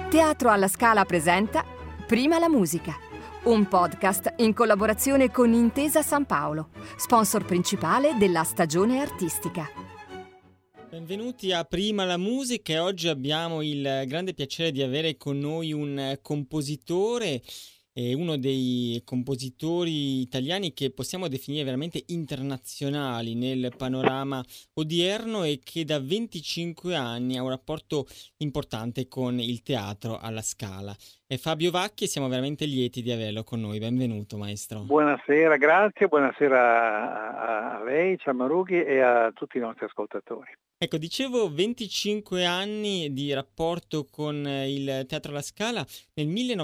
Teatro alla Scala presenta Prima la musica, un podcast in collaborazione con Intesa San Paolo, sponsor principale della stagione artistica. Benvenuti a Prima la musica e oggi abbiamo il grande piacere di avere con noi un compositore, uno dei compositori italiani che possiamo definire veramente internazionali nel panorama odierno e che da 25 anni ha un rapporto importante con il teatro alla Scala. È Fabio Vacchi e siamo veramente lieti di averlo con noi. Benvenuto, maestro. Buonasera, grazie, buonasera a lei, Ciamarughi, e a tutti i nostri ascoltatori. Ecco, dicevo 25 anni di rapporto con il Teatro alla Scala. Nel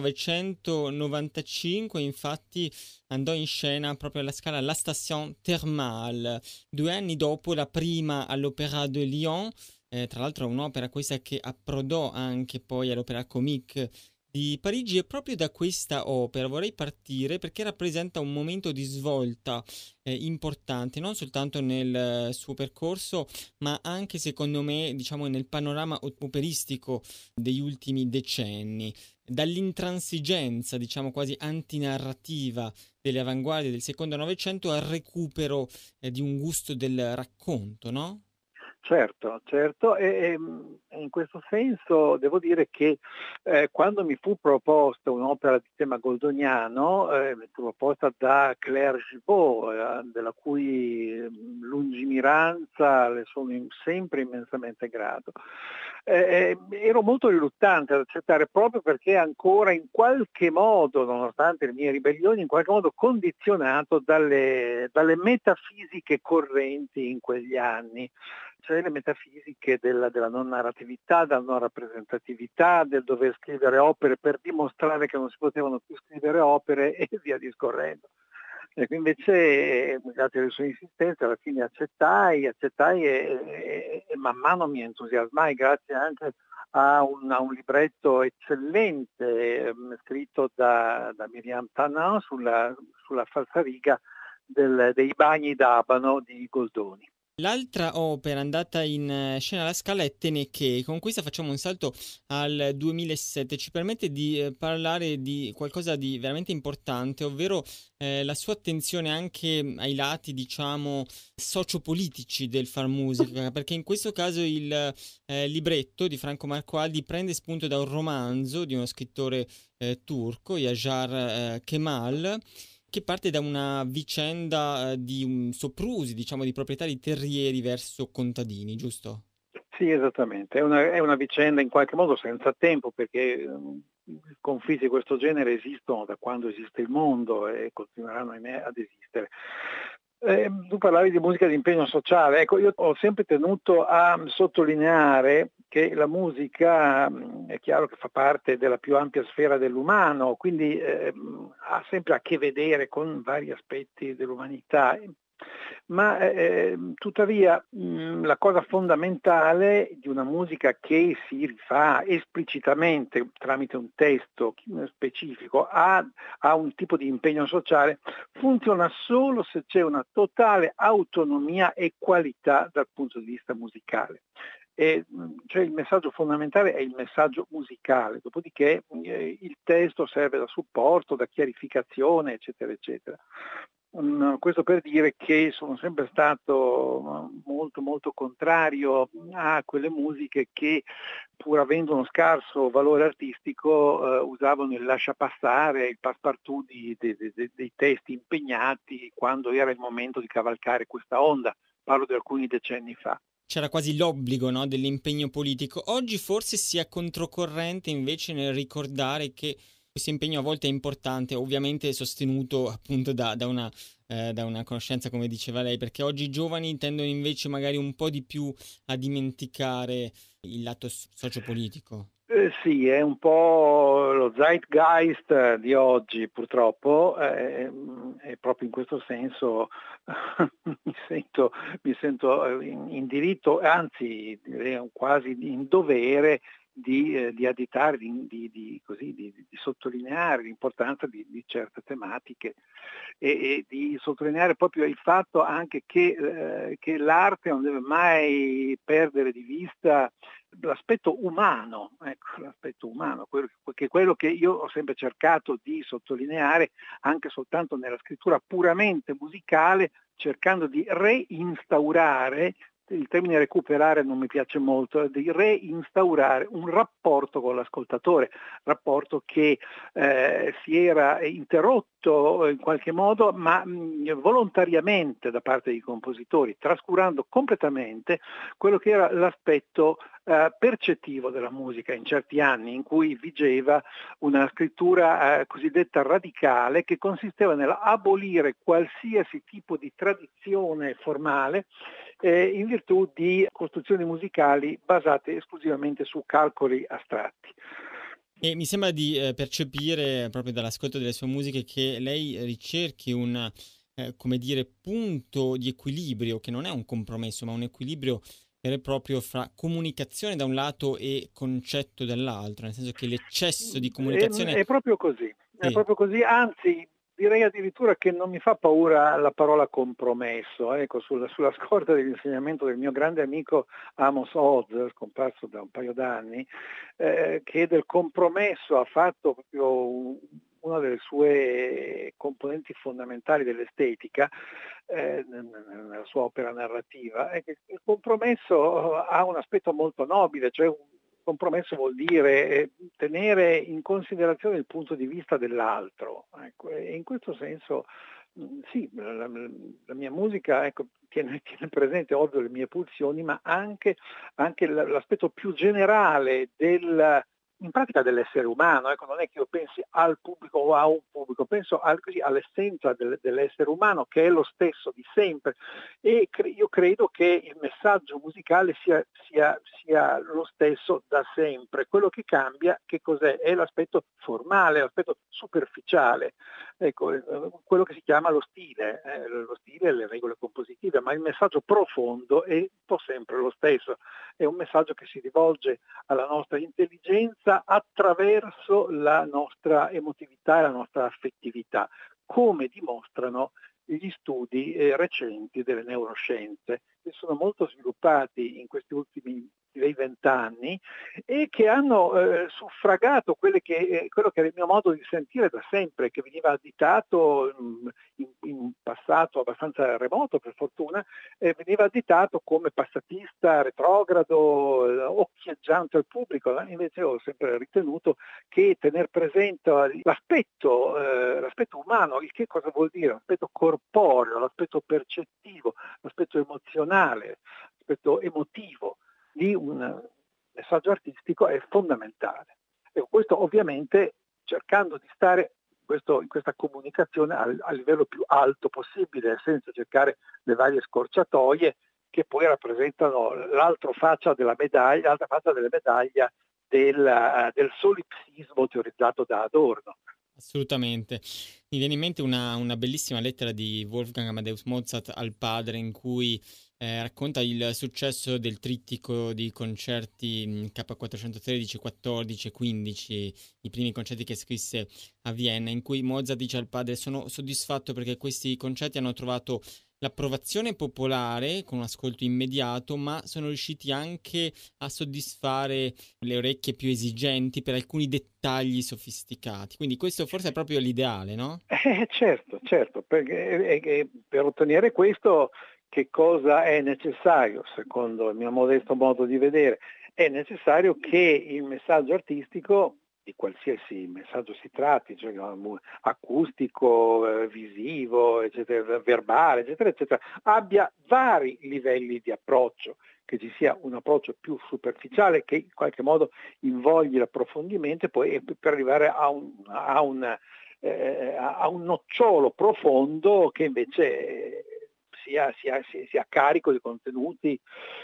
1995 infatti andò in scena proprio alla Scala La Station Thermale, 2 anni dopo la prima all'Opéra de Lyon, tra l'altro un'opera questa che approdò anche poi all'Opéra Comique di Parigi, e proprio da questa opera vorrei partire perché rappresenta un momento di svolta importante, non soltanto nel suo percorso, ma anche secondo me, diciamo, nel panorama operistico degli ultimi decenni. Dall'intransigenza, diciamo, quasi antinarrativa delle avanguardie del secondo Novecento al recupero di un gusto del racconto, no? Certo, e in questo senso devo dire che quando mi fu proposta un'opera di tema goldoniano, proposta da Claire Gibault, della cui lungimiranza le sono sempre immensamente grato, ero molto riluttante ad accettare proprio perché ancora in qualche modo, nonostante le mie ribellioni, in qualche modo condizionato dalle metafisiche correnti in quegli anni. Cioè le metafisiche della non narratività, della non rappresentatività, del dover scrivere opere per dimostrare che non si potevano più scrivere opere e via discorrendo. Ecco, invece, grazie alle sue insistenze, alla fine accettai e man mano mi entusiasmai, grazie anche a un libretto eccellente scritto da Myriam Tanin sulla falsariga dei bagni d'Abano di Goldoni. L'altra opera andata in scena alla Scala è Teneché. Con questa facciamo un salto al 2007. Ci permette di parlare di qualcosa di veramente importante, ovvero la sua attenzione anche ai lati, diciamo, sociopolitici del far musica, perché in questo caso il libretto di Franco Marcoaldi prende spunto da un romanzo di uno scrittore turco, Yaşar Kemal, che parte da una vicenda di soprusi, diciamo, di proprietari terrieri verso contadini, giusto? Sì, esattamente. È una vicenda in qualche modo senza tempo, perché conflitti di questo genere esistono da quando esiste il mondo e continueranno, ahimè, ad esistere. Tu parlavi di musica di impegno sociale. Ecco, io ho sempre tenuto a sottolineare che la musica è chiaro che fa parte della più ampia sfera dell'umano, quindi ha sempre a che vedere con vari aspetti dell'umanità. Ma tuttavia la cosa fondamentale di una musica che si rifà esplicitamente tramite un testo specifico a un tipo di impegno sociale funziona solo se c'è una totale autonomia e qualità dal punto di vista musicale. Cioè il messaggio fondamentale è il messaggio musicale, dopodiché il testo serve da supporto, da chiarificazione, eccetera, eccetera. Questo per dire che sono sempre stato molto molto contrario a quelle musiche che, pur avendo uno scarso valore artistico, usavano il lasciapassare, il passepartout dei testi impegnati quando era il momento di cavalcare questa onda. Parlo di alcuni decenni fa. C'era quasi l'obbligo, no, dell'impegno politico. Oggi forse si è controcorrente invece nel ricordare che questo impegno a volte è importante, ovviamente sostenuto appunto da una conoscenza, come diceva lei, perché oggi i giovani tendono invece magari un po' di più a dimenticare il lato sociopolitico. Sì, è un po' lo zeitgeist di oggi, purtroppo, e proprio in questo senso mi sento in diritto, anzi direi quasi in dovere di additare, di sottolineare l'importanza di certe tematiche e di sottolineare proprio il fatto anche che l'arte non deve mai perdere di vista l'aspetto umano, ecco, l'aspetto umano, quello che io ho sempre cercato di sottolineare anche soltanto nella scrittura puramente musicale, cercando di reinstaurare, il termine recuperare non mi piace molto, di reinstaurare un rapporto con l'ascoltatore, rapporto che si era interrotto in qualche modo, ma volontariamente da parte dei compositori, trascurando completamente quello che era l'aspetto percettivo della musica in certi anni in cui vigeva una scrittura cosiddetta radicale, che consisteva nell'abolire qualsiasi tipo di tradizione formale in virtù di costruzioni musicali basate esclusivamente su calcoli astratti. E mi sembra di percepire proprio dall'ascolto delle sue musiche che lei ricerchi un, come dire, punto di equilibrio, che non è un compromesso, ma un equilibrio vero e proprio fra comunicazione da un lato e concetto dall'altro, nel senso che l'eccesso di comunicazione... È proprio Sì. così, anzi direi addirittura che non mi fa paura la parola compromesso, ecco, sulla scorta dell'insegnamento del mio grande amico Amos Oz, scomparso da un paio d'anni, che del compromesso ha fatto proprio una delle sue componenti fondamentali dell'estetica nella sua opera narrativa, è che il compromesso ha un aspetto molto nobile, cioè un compromesso vuol dire tenere in considerazione il punto di vista dell'altro, ecco, e in questo senso sì, la mia musica, ecco, tiene presente ovvio le mie pulsioni, ma anche l'aspetto più generale in pratica dell'essere umano, ecco, non è che io pensi al pubblico o a un pubblico, penso all'essenza dell'essere umano, che è lo stesso di sempre, e io credo che il messaggio musicale sia lo stesso da sempre. Quello che cambia, che cos'è? È l'aspetto formale, l'aspetto superficiale, ecco, quello che si chiama lo stile e le regole compositive, ma il messaggio profondo è un po' sempre lo stesso, è un messaggio che si rivolge alla nostra intelligenza attraverso la nostra emotività e la nostra affettività, come dimostrano gli studi recenti delle neuroscienze, che sono molto sviluppati in questi ultimi 20 anni e che hanno suffragato quello che era il mio modo di sentire da sempre, che veniva additato in un passato abbastanza remoto, per fortuna, veniva additato come passatista, retrogrado, occhieggiante al pubblico. Invece ho sempre ritenuto che tener presente l'aspetto umano, il che cosa vuol dire? L'aspetto corporeo, l'aspetto percettivo, l'aspetto emozionale, l'aspetto emotivo di un messaggio artistico è fondamentale. E questo ovviamente cercando di stare in questa comunicazione a livello più alto possibile, senza cercare le varie scorciatoie che poi rappresentano l'altra faccia della medaglia del solipsismo teorizzato da Adorno. Assolutamente. Mi viene in mente una bellissima lettera di Wolfgang Amadeus Mozart al padre in cui racconta il successo del trittico di concerti K413, 14 e 15, i primi concerti che scrisse a Vienna, in cui Mozart dice al padre: sono soddisfatto perché questi concerti hanno trovato l'approvazione popolare con un ascolto immediato, ma sono riusciti anche a soddisfare le orecchie più esigenti per alcuni dettagli sofisticati. Quindi questo forse è proprio l'ideale, no? Certo, perché per ottenere questo che cosa è necessario, secondo il mio modesto modo di vedere? È necessario che il messaggio artistico, di qualsiasi messaggio si tratti, cioè acustico, visivo, eccetera, verbale, eccetera, eccetera, abbia vari livelli di approccio, che ci sia un approccio più superficiale che in qualche modo invogli l'approfondimento, poi per arrivare a un nocciolo profondo che invece sia carico di contenuti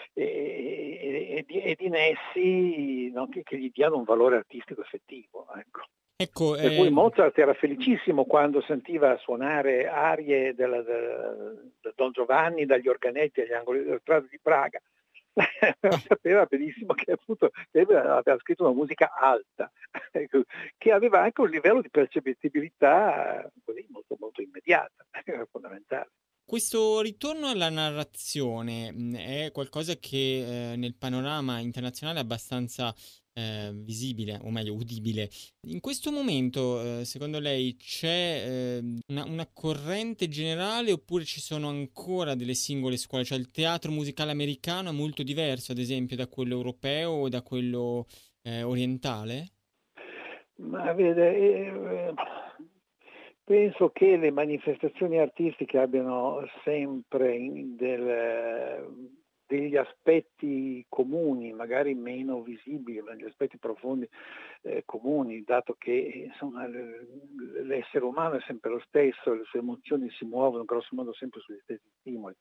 e di nessi, no, che gli diano un valore artistico effettivo. Ecco. Ecco, Per cui Mozart era felicissimo quando sentiva suonare arie del Don Giovanni dagli organetti agli angoli della strada di Praga. Sapeva benissimo che appunto aveva scritto una musica alta, che aveva anche un livello di percepibilità così molto, molto immediata, era fondamentale. Questo ritorno alla narrazione è qualcosa che nel panorama internazionale è abbastanza visibile, o meglio, udibile. In questo momento, secondo lei, c'è una corrente generale oppure ci sono ancora delle singole scuole? Cioè il teatro musicale americano è molto diverso, ad esempio, da quello europeo o da quello orientale? Ma vede, penso che le manifestazioni artistiche abbiano sempre degli aspetti comuni, magari meno visibili, ma degli aspetti profondi comuni, dato che insomma, l'essere umano è sempre lo stesso, le sue emozioni si muovono grosso modo sempre sugli stessi stimoli.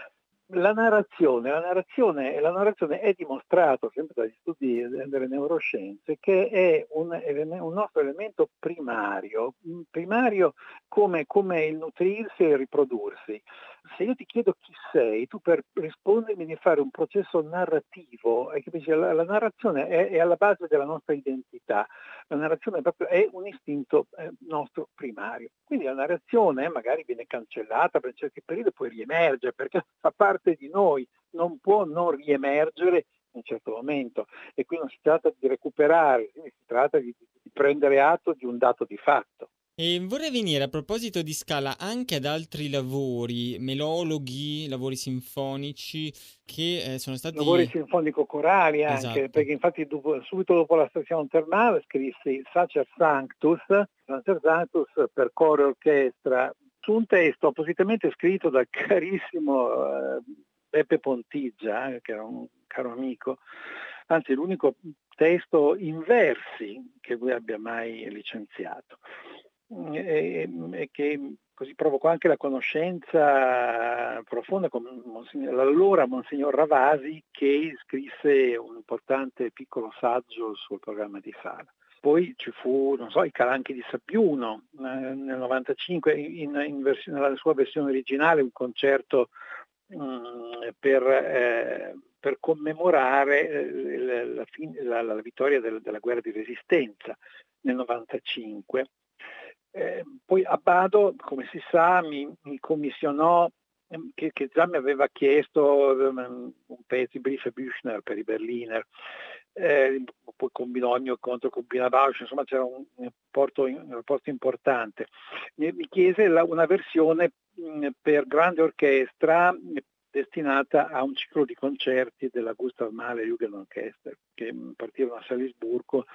La narrazione è dimostrato sempre dagli studi delle neuroscienze che è un nostro elemento primario come il nutrirsi e il riprodursi. Se io ti chiedo chi sei, tu per rispondermi devi fare un processo narrativo, capisci? La narrazione è alla base della nostra identità, la narrazione è un istinto nostro primario. Quindi la narrazione magari viene cancellata per certi periodi e poi riemerge perché fa parte di noi, non può non riemergere in un certo momento e qui non si tratta di recuperare, si tratta di prendere atto di un dato di fatto. E vorrei venire a proposito di Scala anche ad altri lavori, melologhi, lavori sinfonici che sono Lavori stati... sinfonico-corali anche, Esatto. perché infatti subito dopo la stazione termale scrissi il Sacer Sanctus per coro e orchestra, su un testo appositamente scritto dal carissimo Beppe Pontiggia, che era un caro amico, anzi l'unico testo in versi che lui abbia mai licenziato. E che così provocò anche la conoscenza profonda con l'allora Monsignor Ravasi, che scrisse un importante piccolo saggio sul programma di Sala. Poi ci fu, non so, i Calanchi di Sappiuno nel 95 nella sua versione originale, un concerto per commemorare la vittoria della guerra di resistenza nel 95. Poi Abbado, come si sa, mi commissionò, che già mi aveva chiesto un pezzo di Briefe Büchner per i Berliner, poi combinò il mio conto con Bina Bausch, insomma c'era un rapporto importante. Mi chiese una versione per grande orchestra destinata a un ciclo di concerti della Gustav Mahler Jugendorchester che partivano a Salisburgo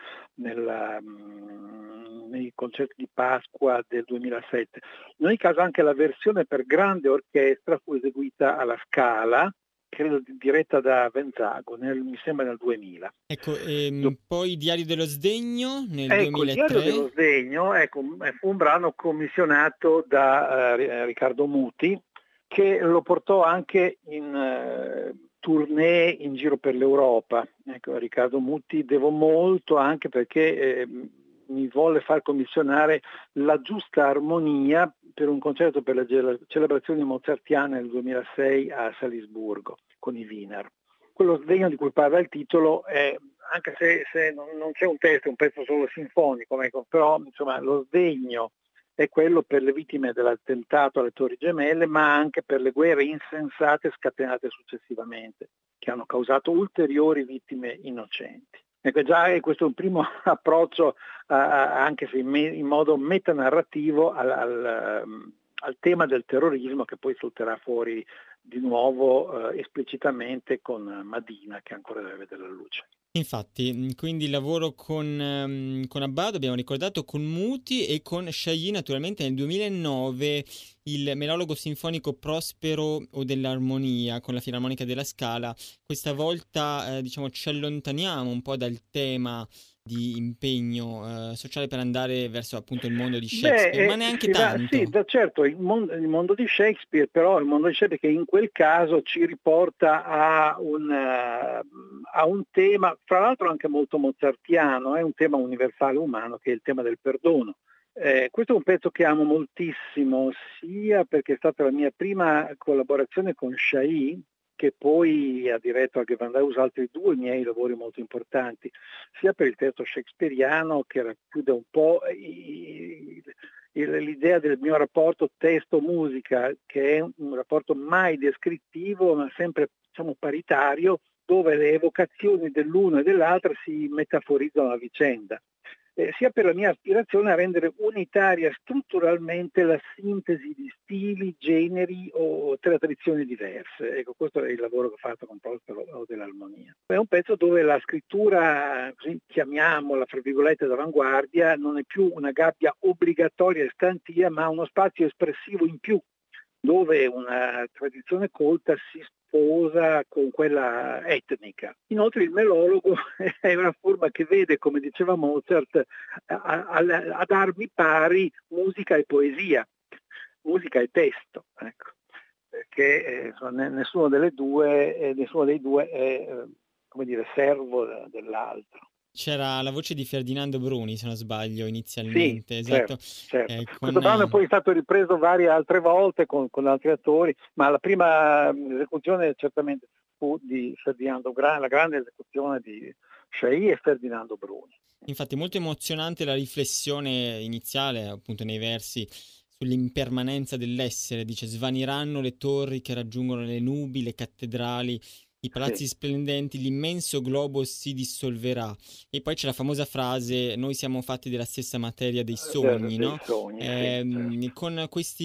nei concerti di Pasqua del 2007. In ogni caso anche la versione per grande orchestra fu eseguita alla Scala, credo diretta da Venzago, mi sembra nel 2000. Ecco, poi Diario dello Sdegno nel Ecco, il Diario 2003. dello Sdegno fu un brano commissionato da Riccardo Muti, che lo portò anche in tournée in giro per l'Europa. Ecco, a Riccardo Muti devo molto anche perché mi volle far commissionare la giusta armonia per un concerto per le celebrazioni mozartiane nel 2006 a Salisburgo con i Wiener. Quello Sdegno di cui parla il titolo è, anche se non c'è un testo, è un pezzo solo sinfonico, ecco, però insomma lo Sdegno è quello per le vittime dell'attentato alle Torri Gemelle, ma anche per le guerre insensate scatenate successivamente, che hanno causato ulteriori vittime innocenti. Ecco, già questo è un primo approccio, anche se in modo metanarrativo, al tema del terrorismo, che poi salterà fuori di nuovo esplicitamente con Madina, che ancora deve vedere la luce. Infatti, quindi il lavoro con Abbado, abbiamo ricordato, con Muti e con Chailly, naturalmente nel 2009 il melologo sinfonico Prospero o dell'Armonia con la Filarmonica della Scala. Questa volta diciamo ci allontaniamo un po' dal tema di impegno sociale per andare verso appunto il mondo di Shakespeare, ma neanche tanto. Certo, il mondo di Shakespeare, però il mondo di Shakespeare che in quel caso ci riporta a un tema, fra l'altro anche molto mozartiano, è un tema universale umano che è il tema del perdono. Questo è un pezzo che amo moltissimo, sia perché è stata la mia prima collaborazione con Chailly, che poi ha diretto anche Vandaus altri due miei lavori molto importanti, sia per il testo shakespeariano che racchiude un po' il l'idea del mio rapporto testo-musica, che è un rapporto mai descrittivo, ma sempre paritario, dove le evocazioni dell'uno e dell'altro si metaforizzano a vicenda. Sia per la mia aspirazione a rendere unitaria strutturalmente la sintesi di stili, generi o tradizioni diverse. Ecco, questo è il lavoro che ho fatto con Prospero o dell'Armonia. È un pezzo dove la scrittura, così chiamiamola fra virgolette d'avanguardia, non è più una gabbia obbligatoria e stantia, ma uno spazio espressivo in più, dove una tradizione colta si sposa con quella etnica. Inoltre il melologo è una forma che vede, come diceva Mozart, ad armi pari musica e poesia, musica e testo, ecco. Perché nessuno dei due è servo dell'altro. C'era la voce di Ferdinando Bruni, se non sbaglio, inizialmente. Sì, esatto. Certo. Questo brano è poi stato ripreso varie altre volte con altri attori, ma la prima esecuzione certamente fu di Ferdinando, la grande esecuzione di Chailly e Ferdinando Bruni. Infatti molto emozionante la riflessione iniziale, appunto nei versi, sull'impermanenza dell'essere. Dice: svaniranno le torri che raggiungono le nubi, le cattedrali, i palazzi splendenti, l'immenso globo si dissolverà. E poi c'è la famosa frase: noi siamo fatti della stessa materia dei sogni, no? Certo. Con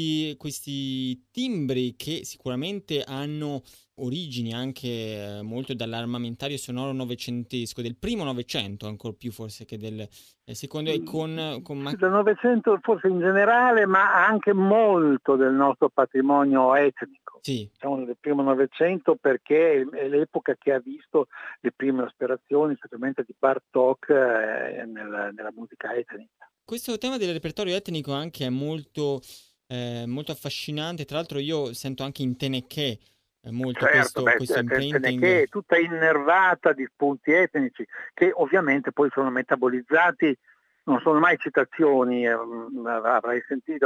questi timbri che sicuramente hanno origini anche molto dall'armamentario sonoro novecentesco, del primo Novecento, ancora più forse che del secondo, e del Novecento forse in generale, ma anche molto del nostro patrimonio etnico. Sì. Diciamo del primo Novecento, perché è l'epoca che ha visto le prime aspirazioni, specialmente di Bartók, nella musica etnica. Questo tema del repertorio etnico anche è molto affascinante. Tra l'altro io sento anche in Teneché molto questo imprinting. Teneché è tutta innervata di spunti etnici che ovviamente poi sono metabolizzati, non sono mai citazioni, avrai sentito,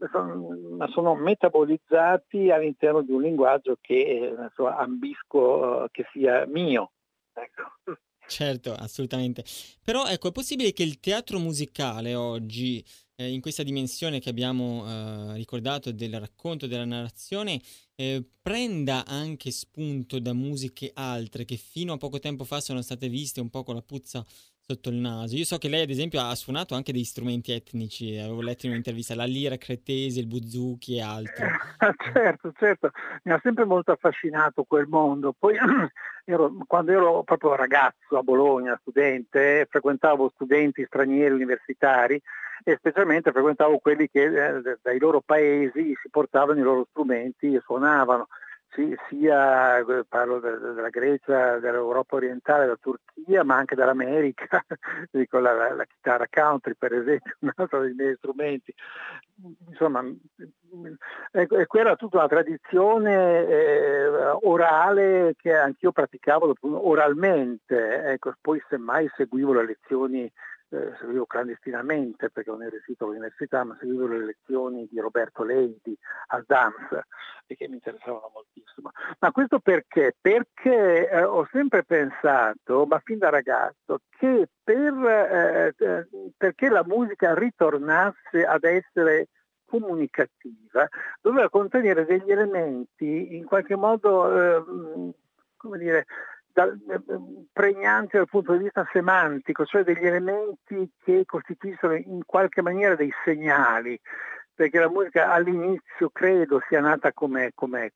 ma sono metabolizzati all'interno di un linguaggio che ambisco che sia mio. Ecco. Certo, assolutamente. Però ecco, è possibile che il teatro musicale oggi, in questa dimensione che abbiamo ricordato del racconto, della narrazione, prenda anche spunto da musiche altre che fino a poco tempo fa sono state viste un po' con la puzza sotto il naso. Io so che lei, ad esempio, ha suonato anche dei strumenti etnici, avevo letto in un'intervista, la lira cretese, il buzuki e altro. Certo, mi ha sempre molto affascinato quel mondo. Poi quando ero proprio ragazzo a Bologna, studente, frequentavo studenti stranieri universitari e specialmente frequentavo quelli che dai loro paesi si portavano i loro strumenti e suonavano. Sia parlo della Grecia, dell'Europa orientale, della Turchia, ma anche dall'America, dico la chitarra country per esempio, un altro dei miei strumenti. Insomma, quella tutta una tradizione orale che anch'io praticavo oralmente, ecco, poi semmai seguivo le lezioni, seguivo clandestinamente perché non ero iscritto all'università, ma seguivo le lezioni di Roberto Leidi al DAMS e che mi interessavano moltissimo. Ma questo perché? Perché ho sempre pensato, ma fin da ragazzo, che perché la musica ritornasse ad essere comunicativa, doveva contenere degli elementi in qualche modo, pregnanti dal punto di vista semantico, cioè degli elementi che costituiscono in qualche maniera dei segnali, perché la musica all'inizio credo sia nata come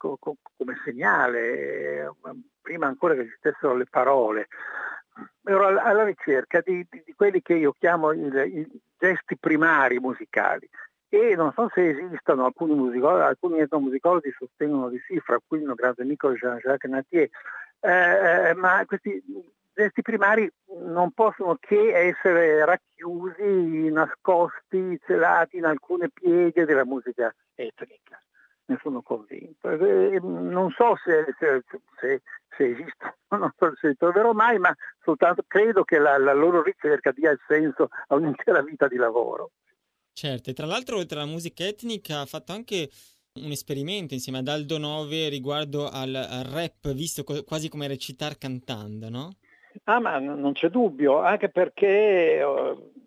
segnale, prima ancora che esistessero le parole. Ero alla ricerca di quelli che io chiamo i gesti primari musicali. E non so se esistano, alcuni etnomusicologi sostengono di sì, fra cui il mio grande amico Jean-Jacques Nattier, ma questi gesti primari non possono che essere racchiusi, nascosti, celati in alcune pieghe della musica etnica. Ne sono convinto. Non so se esistono, non so se li troverò mai, ma soltanto credo che la loro ricerca dia il senso a un'intera vita di lavoro. Certo, e tra l'altro oltre alla musica etnica ha fatto anche un esperimento insieme ad Aldo Nove riguardo al rap, visto quasi come recitar cantando, no? Ma non c'è dubbio, anche perché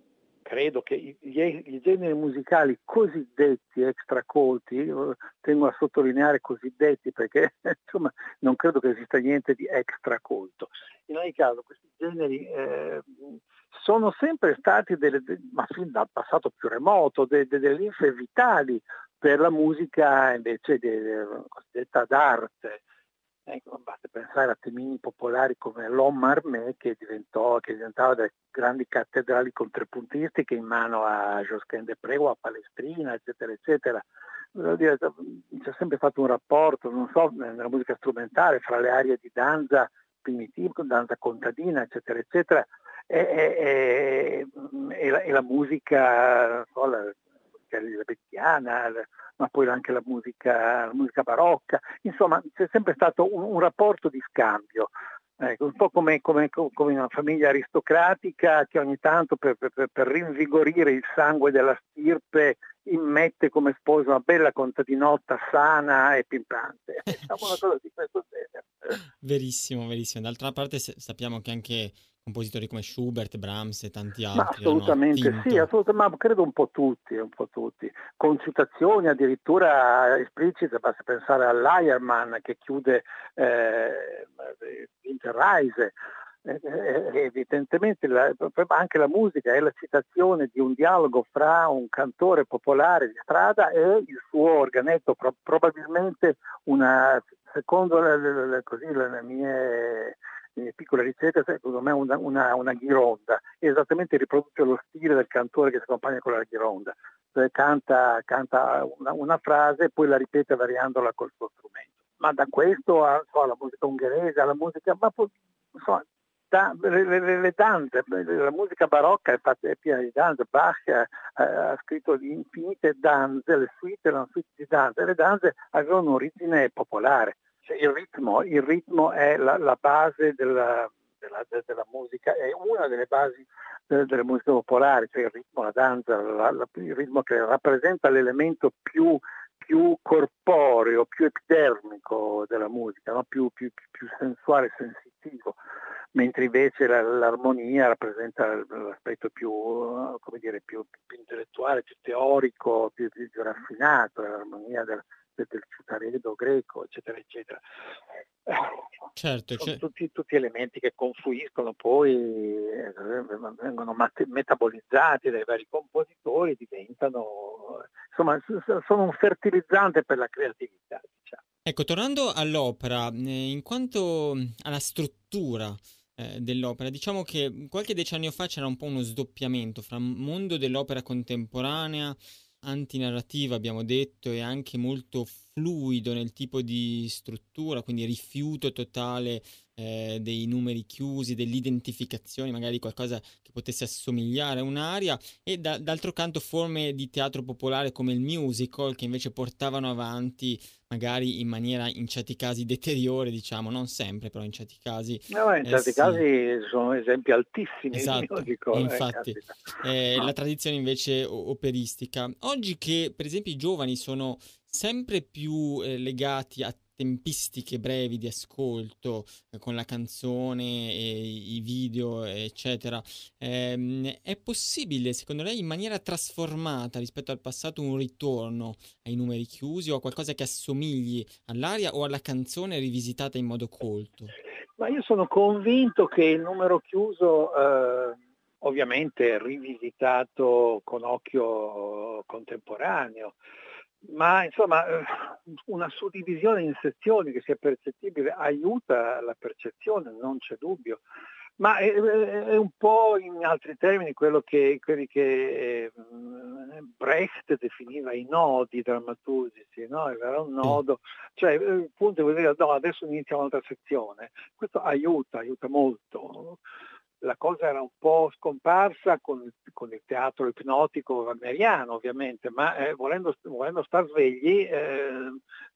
credo che i generi musicali cosiddetti extracolti, tengo a sottolineare cosiddetti perché insomma non credo che esista niente di extracolto. In ogni caso questi generi sono sempre stati ma fin dal passato più remoto, delle linfe vitali per la musica invece cosiddetta d'arte. Ecco, basta pensare a temini popolari come l'Homme Armé che diventava delle grandi cattedrali contrappuntistiche in mano a Josquin des Prez o a Palestrina, eccetera, eccetera. Voglio dire, c'è sempre stato un rapporto, non so, nella musica strumentale fra le arie di danza primitiva, danza contadina, eccetera, eccetera, e la musica, non so, la musica elisabettiana, ma poi anche la musica barocca. Insomma, c'è sempre stato un rapporto di scambio, un po' come una famiglia aristocratica che ogni tanto per rinvigorire il sangue della stirpe immette come sposa una bella contadinotta sana e pimpante. Diciamo una cosa di questo genere. Verissimo, verissimo. D'altra parte sappiamo che anche compositori come Schubert, Brahms e tanti Ma altri hanno assolutamente sì, attinto. ma credo un po' tutti, con citazioni addirittura esplicite, basta pensare all'Eyermann che chiude Winterreise. Evidentemente anche la musica è la citazione di un dialogo fra un cantore popolare di strada e il suo organetto, probabilmente secondo le mie piccole ricerche, secondo me una ghironda, esattamente riproduce lo stile del cantore che si accompagna con la ghironda, cioè canta una frase e poi la ripete variandola col suo strumento. Ma da questo alla musica ungherese, alla musica, ma poi, insomma, le danze, la musica barocca è piena di danze. Bach ha scritto di infinite danze, le suite erano suite di danze, le danze avevano un'origine popolare. Cioè, il ritmo è la base della musica, è una delle basi delle musiche popolari, cioè il ritmo, la danza, il ritmo che rappresenta l'elemento più corporeo, più epidermico della musica, no? più sensuale, sensitivo, mentre invece l'armonia rappresenta l'aspetto più intellettuale, più teorico, più raffinato, l'armonia del ciutaredo greco, eccetera, eccetera. Certo, Sono tutti elementi che confluiscono poi, vengono metabolizzati dai vari compositori, diventano, insomma, sono un fertilizzante per la creatività, diciamo. Ecco, tornando all'opera, in quanto alla struttura dell'opera, diciamo che qualche decennio fa c'era un po' uno sdoppiamento fra mondo dell'opera contemporanea, antinarrativa abbiamo detto, e anche molto fluido nel tipo di struttura, quindi rifiuto totale dei numeri chiusi, dell'identificazione, magari qualcosa che potesse assomigliare a un'aria, e d'altro canto forme di teatro popolare come il musical che invece portavano avanti magari in maniera in certi casi deteriore, diciamo, non sempre, però in certi casi No, in certi sì. casi sono esempi altissimi di Esatto, musical, infatti caspita. la tradizione invece operistica. Oggi che per esempio i giovani sono sempre più legati a tempistiche brevi di ascolto con la canzone e i video, eccetera, è possibile secondo lei in maniera trasformata rispetto al passato un ritorno ai numeri chiusi o a qualcosa che assomigli all'aria o alla canzone rivisitata in modo colto? Ma io sono convinto che il numero chiuso, ovviamente rivisitato con occhio contemporaneo, ma insomma una suddivisione in sezioni che sia percettibile aiuta la percezione, non c'è dubbio. Ma è un po' in altri termini quelli che Brecht definiva i nodi drammaturgici, no? Era un Sì. nodo, cioè il punto è dire no, adesso inizia un'altra sezione. Questo aiuta molto. La cosa era un po' scomparsa con il teatro ipnotico wagneriano, ovviamente, ma volendo star svegli,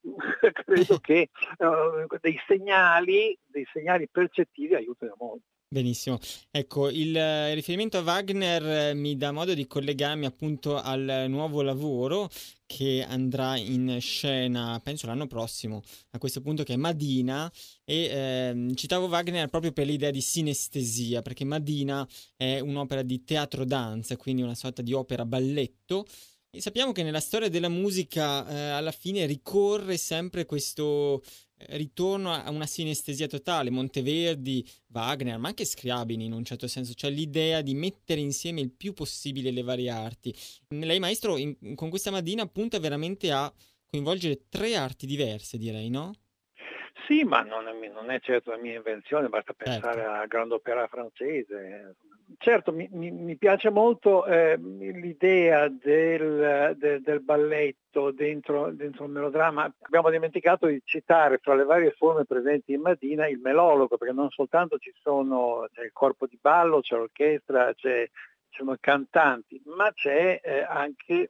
credo che dei segnali percettivi aiutino molto. Benissimo. Ecco, il riferimento a Wagner mi dà modo di collegarmi appunto al nuovo lavoro che andrà in scena, penso l'anno prossimo, a questo punto, che è Madina, e citavo Wagner proprio per l'idea di sinestesia, perché Madina è un'opera di teatro danza, quindi una sorta di opera balletto. E sappiamo che nella storia della musica alla fine ricorre sempre questo ritorno a una sinestesia totale. Monteverdi, Wagner, ma anche Scriabin in un certo senso, cioè l'idea di mettere insieme il più possibile le varie arti. Lei, maestro, con questa Madina punta veramente a coinvolgere tre arti diverse, direi, no? Sì, ma non è certo la mia invenzione, basta Certo. pensare alla Grande Opera francese. Certo, mi piace molto l'idea del balletto dentro il melodramma. Abbiamo dimenticato di citare fra le varie forme presenti in Madina il melologo, perché non soltanto c'è il corpo di ballo, c'è l'orchestra, ci sono i cantanti, ma c'è anche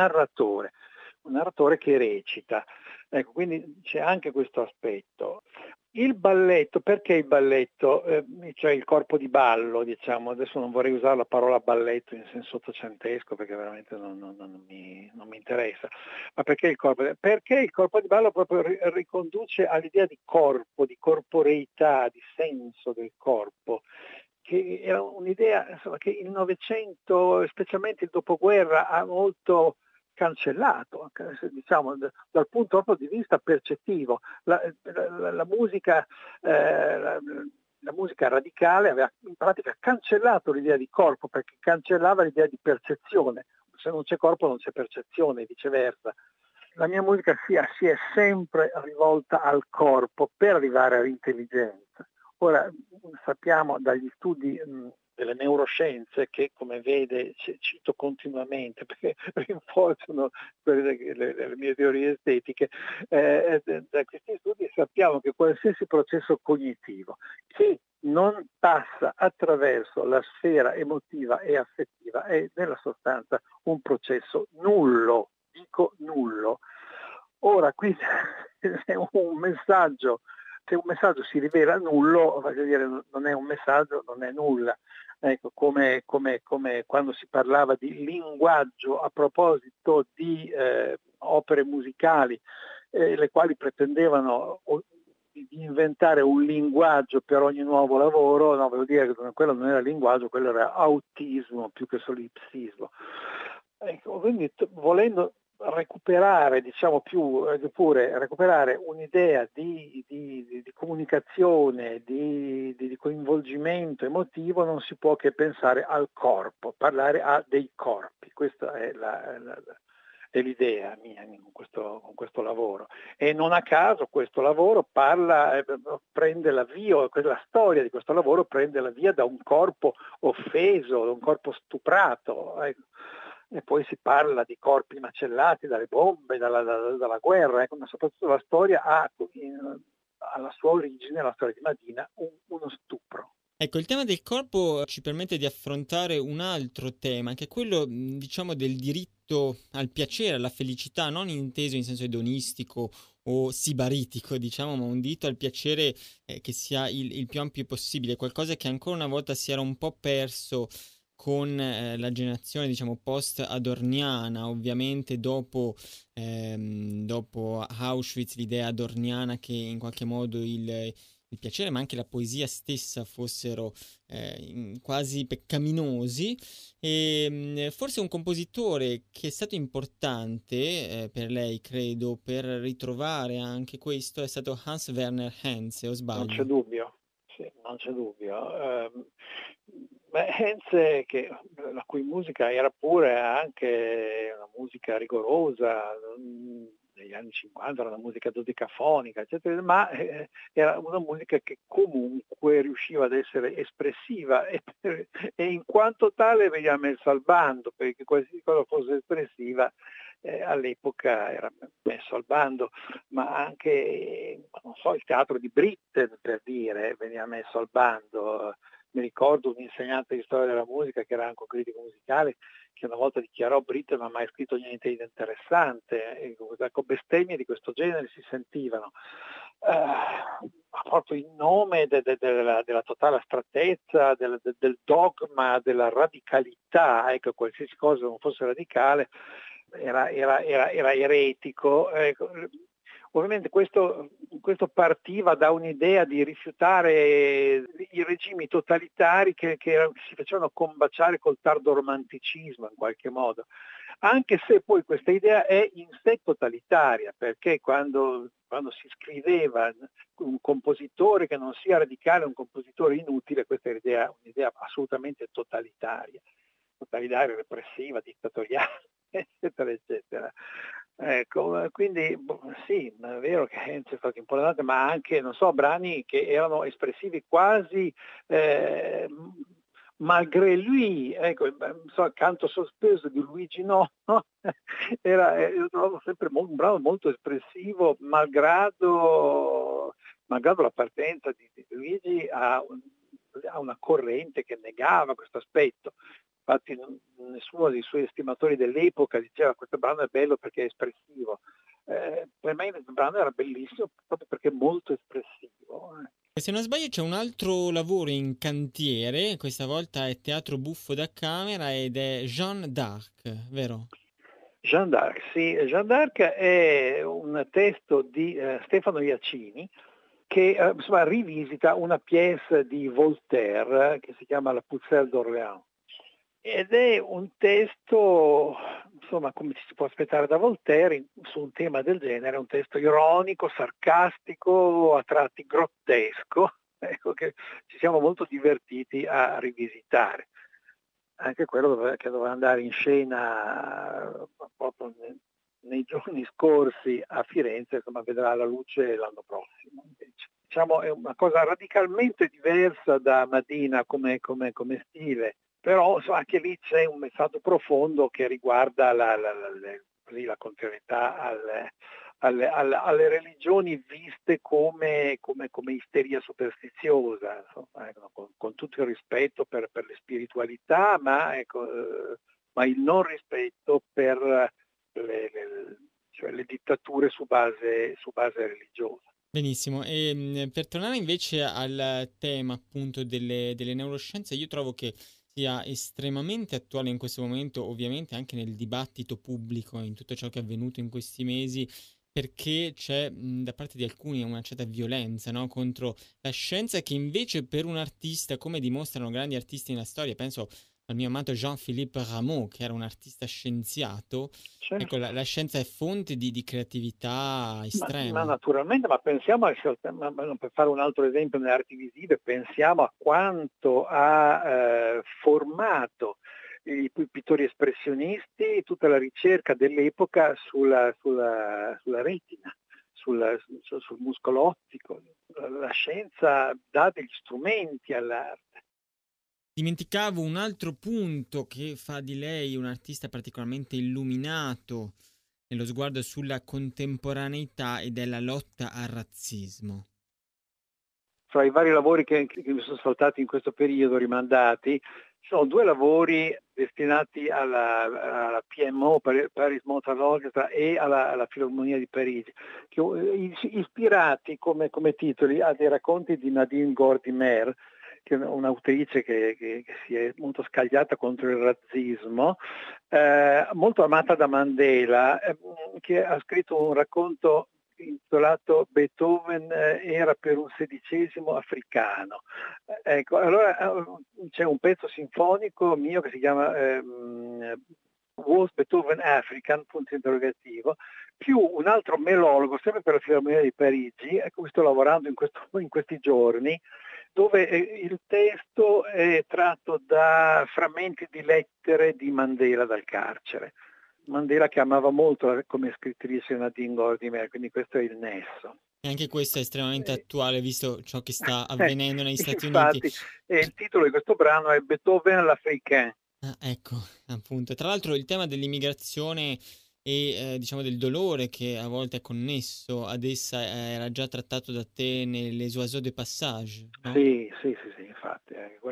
un narratore che recita. Ecco, quindi c'è anche questo aspetto. Il balletto, perché il balletto, cioè il corpo di ballo, diciamo, adesso non vorrei usare la parola balletto in senso ottocentesco perché veramente non mi interessa, ma perché il corpo di ballo proprio riconduce all'idea di corpo, di corporeità, di senso del corpo, che era un'idea insomma, che il Novecento, specialmente il dopoguerra, ha molto cancellato, diciamo, dal punto proprio di vista percettivo. La musica, la musica radicale aveva in pratica cancellato l'idea di corpo, perché cancellava l'idea di percezione. Se non c'è corpo non c'è percezione e viceversa. La mia musica si è sempre rivolta al corpo per arrivare all'intelligenza. Ora sappiamo dagli studi delle neuroscienze che, come vede, cito continuamente perché rinforzano le mie teorie estetiche, da questi studi sappiamo che qualsiasi processo cognitivo che non passa attraverso la sfera emotiva e affettiva è nella sostanza un processo nullo, dico nullo. Ora qui se un messaggio si rivela nullo, voglio dire, non è un messaggio, non è nulla. Ecco, come quando si parlava di linguaggio a proposito di opere musicali, le quali pretendevano di inventare un linguaggio per ogni nuovo lavoro, no, voglio dire che quello non era linguaggio, quello era autismo più che solipsismo. Ecco, quindi volendo recuperare, diciamo recuperare un'idea di comunicazione, di coinvolgimento emotivo, non si può che pensare al corpo, parlare a dei corpi. Questa è l'idea mia con questo lavoro. E non a caso questo lavoro prende l'avvio, la storia di questo lavoro prende la via da un corpo offeso, da un corpo stuprato. E poi si parla di corpi macellati dalle bombe, dalla guerra, ma soprattutto la storia ha alla sua origine, la storia di Madina, uno stupro. Ecco, il tema del corpo ci permette di affrontare un altro tema, che è quello, diciamo, del diritto al piacere, alla felicità, non inteso in senso edonistico o sibaritico, diciamo, ma un diritto al piacere che sia il più ampio possibile, qualcosa che ancora una volta si era un po' perso con la generazione, diciamo, post-adorniana, ovviamente dopo Auschwitz, l'idea adorniana che in qualche modo il piacere, ma anche la poesia stessa fossero quasi peccaminosi. E forse un compositore che è stato importante per lei, credo, per ritrovare anche questo è stato Hans Werner Henze, o Non c'è sbaglio? dubbio, sì, non c'è dubbio. Heinz, la cui musica era pure anche una musica rigorosa, negli anni 50 era una musica dodicafonica, eccetera, ma era una musica che comunque riusciva ad essere espressiva e in quanto tale veniva messa al bando, perché qualsiasi cosa fosse espressiva all'epoca era messo al bando, ma anche non so, il teatro di Britten, per dire, veniva messo al bando. Mi ricordo un insegnante di storia della musica che era anche un critico musicale che una volta dichiarò: Britten non ha mai scritto niente di interessante, ecco, bestemmie di questo genere si sentivano. proprio in nome della totale astrattezza, del dogma, della radicalità, ecco, qualsiasi cosa non fosse radicale era eretico. Ecco. Ovviamente questo partiva da un'idea di rifiutare i regimi totalitari che si facevano combaciare col tardo romanticismo in qualche modo, anche se poi questa idea è in sé totalitaria, perché quando si scriveva un compositore che non sia radicale, un compositore inutile, questa è un'idea assolutamente totalitaria, repressiva, dittatoriale, eccetera, eccetera. Ecco, quindi sì, è vero che c'è stato importante, ma anche, non so, brani che erano espressivi quasi malgré lui, ecco, il canto sospeso di Luigi Nono io trovo sempre un brano molto espressivo, malgrado la partenza di Luigi a una corrente che negava questo aspetto. Infatti nessuno dei suoi estimatori dell'epoca diceva questo brano è bello perché è espressivo. Per me il brano era bellissimo proprio perché è molto espressivo. Se non sbaglio c'è un altro lavoro in cantiere, questa volta è Teatro Buffo da Camera ed è Jeanne d'Arc, vero? Jeanne d'Arc, sì, Jeanne d'Arc è un testo di Stefano Iacini che rivisita una pièce di Voltaire che si chiama La Pucelle d'Orléans. Ed è un testo, insomma, come ci si può aspettare da Voltaire, su un tema del genere, un testo ironico, sarcastico, a tratti grottesco, ecco, che ci siamo molto divertiti a rivisitare. Anche quello che doveva andare in scena proprio nei giorni scorsi a Firenze, insomma, vedrà la luce l'anno prossimo. Invece. Diciamo, è una cosa radicalmente diversa da Madina come stile. Però anche lì c'è un messaggio profondo che riguarda la contrarietà alle religioni viste come isteria superstiziosa, insomma, con tutto il rispetto per le spiritualità, ma il non rispetto per le dittature su base religiosa. Benissimo, e per tornare invece al tema appunto delle neuroscienze, io trovo che sia estremamente attuale in questo momento, ovviamente anche nel dibattito pubblico, in tutto ciò che è avvenuto in questi mesi, perché c'è da parte di alcuni una certa violenza, no, contro la scienza che invece per un artista, come dimostrano grandi artisti nella storia, penso al mio amato Jean-Philippe Rameau, che era un artista scienziato, ecco, Certo. la scienza è fonte di creatività Ma estrema. naturalmente, ma pensiamo, per fare un altro esempio nelle arti visive, pensiamo a quanto ha formato i pittori espressionisti, tutta la ricerca dell'epoca sulla retina, sul muscolo ottico. La scienza dà degli strumenti all'arte. Dimenticavo un altro punto che fa di lei un artista particolarmente illuminato nello sguardo sulla contemporaneità ed è la lotta al razzismo. Fra i vari lavori che mi sono saltati in questo periodo, rimandati, ci sono due lavori destinati alla PMO, Paris Motor Orchestra, e alla Filarmonia di Parigi, ispirati come titoli a dei racconti di Nadine Gordimer, che è un'autrice che si è molto scagliata contro il razzismo, molto amata da Mandela, che ha scritto un racconto intitolato Beethoven era per un sedicesimo africano. Ecco, allora c'è un pezzo sinfonico mio che si chiama Was Beethoven African? Punto interrogativo, più un altro melologo, sempre per la Filarmonia di Parigi, a cui sto lavorando in questi giorni, dove il testo è tratto da frammenti di lettere di Mandela dal carcere. Mandela che amava molto come scrittrice Nadine Gordimer, quindi questo è il nesso. E anche questo è estremamente attuale visto ciò che sta avvenendo negli Stati Uniti. Infatti, il titolo di questo brano è Beethoven l'Africain. Ah, ecco, appunto. Tra l'altro il tema dell'immigrazione e diciamo del dolore che a volte è connesso ad essa era già trattato da te nelle Oiseaux de Passage, no? Sì, infatti.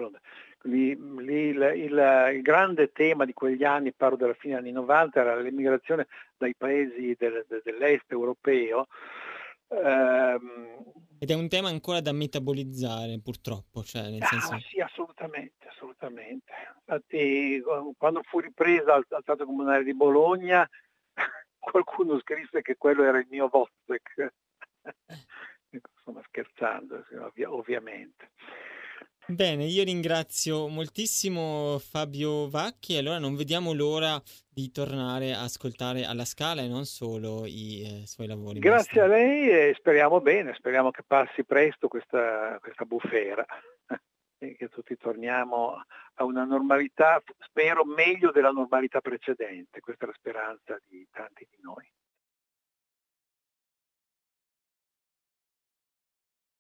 Il grande tema di quegli anni, parlo della fine degli anni 90, era l'immigrazione dai paesi dell'est europeo, Ed è un tema ancora da metabolizzare, purtroppo, cioè nel senso... Sì, assolutamente, assolutamente. Infatti, quando fu ripresa al Teatro Comunale di Bologna, qualcuno scrisse che quello era il mio Wozzeck. Insomma, scherzando, ovviamente. Bene, io ringrazio moltissimo Fabio Vacchi, e allora non vediamo l'ora di tornare a ascoltare alla Scala e non solo i suoi lavori Grazie a maestri. lei e speriamo bene, speriamo che passi presto questa bufera e che tutti torniamo a una normalità, spero meglio della normalità precedente, questa è la speranza di tanti di noi.